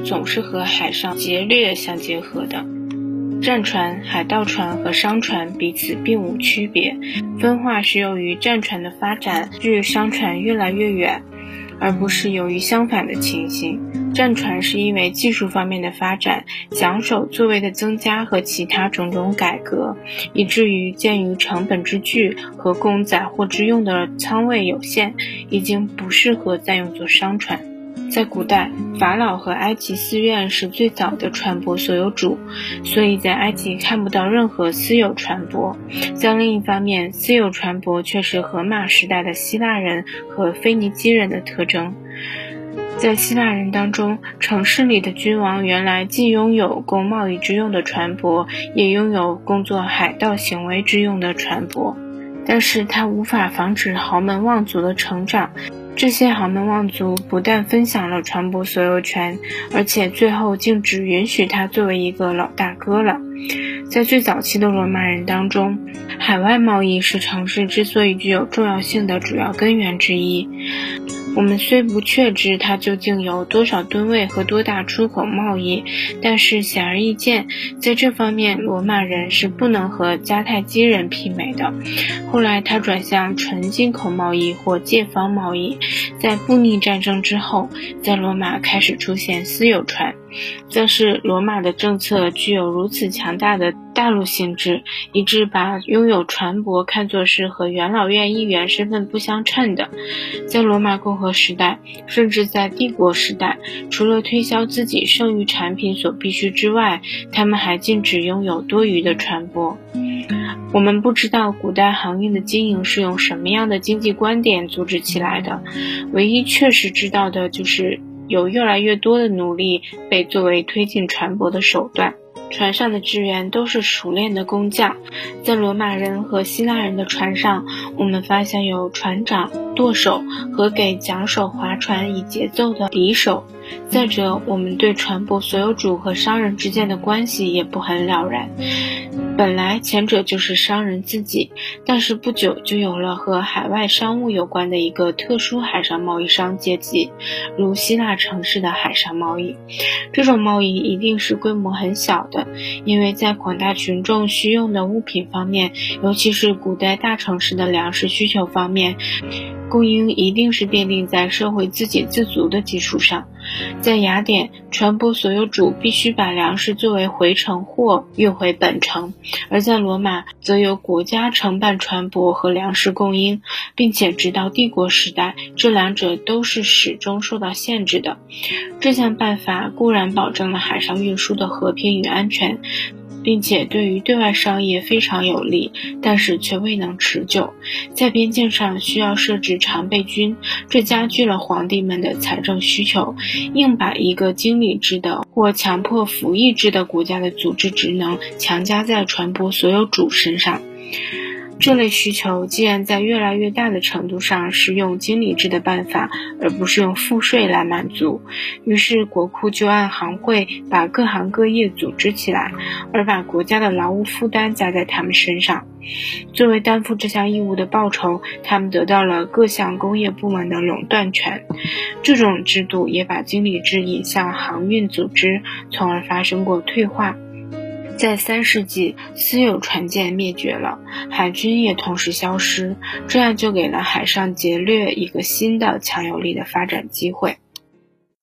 总是和海上劫掠相结合的。战船、海盗船和商船彼此并无区别，分化是由于战船的发展距商船越来越远，而不是由于相反的情形。战船是因为技术方面的发展、桨手座位的增加和其他种种改革，以至于鉴于成本之巨和供载货之用的舱位有限，已经不适合再用作商船。在古代，法老和埃及寺院是最早的船舶所有主，所以在埃及看不到任何私有船舶。在另一方面，私有船舶却是荷马时代的希腊人和腓尼基人的特征。在希腊人当中，城市里的君王原来既拥有供贸易之用的船舶，也拥有供作海盗行为之用的船舶，但是它无法防止豪门望族的成长。这些豪门望族不但分享了船舶所有权，而且最后竟只允许他作为一个老大哥了。在最早期的罗马人当中，海外贸易是城市之所以具有重要性的主要根源之一。我们虽不确知它究竟有多少吨位和多大出口贸易，但是显而易见，在这方面罗马人是不能和迦太基人媲美的。后来他转向纯进口贸易或借方贸易。在布匿战争之后，在罗马开始出现私有船，正是罗马的政策具有如此强大的大陆性质，以致把拥有船舶看作是和元老院议员身份不相称的。在罗马共和时代，甚至在帝国时代，除了推销自己剩余产品所必须之外，他们还禁止拥有多余的船舶。我们不知道古代航运的经营是用什么样的经济观点组织起来的，唯一确实知道的就是有越来越多的奴隶被作为推进船舶的手段。船上的职员都是熟练的工匠，在罗马人和希腊人的船上，我们发现有船长、舵手和给桨手划船以节奏的笛手。再者，我们对船舶所有主和商人之间的关系也不很了然。本来前者就是商人自己，但是不久就有了和海外商务有关的一个特殊海上贸易商阶级，如希腊城市的海上贸易。这种贸易一定是规模很小的，因为在广大群众需用的物品方面，尤其是古代大城市的粮食需求方面，供应一定是奠定在社会自给自足的基础上。在雅典，船舶所有主必须把粮食作为回程货运回本城，而在罗马则由国家承办船舶和粮食供应，并且直到帝国时代，这两者都是始终受到限制的。这项办法固然保证了海上运输的和平与安全，并且对于对外商业非常有利，但是却未能持久。在边境上需要设置常备军，这加剧了皇帝们的财政需求，硬把一个经理制的或强迫服役制的国家的组织职能强加在船舶所有主身上。这类需求既然在越来越大的程度上是用经理制的办法，而不是用赋税来满足，于是国库就按行会把各行各业组织起来，而把国家的劳务负担加在他们身上。作为担负这项义务的报酬，他们得到了各项工业部门的垄断权。这种制度也把经理制引向航运组织，从而发生过退化。在3世纪，私有船舰灭绝了，海军也同时消失，这样就给了海上劫掠一个新的强有力的发展机会。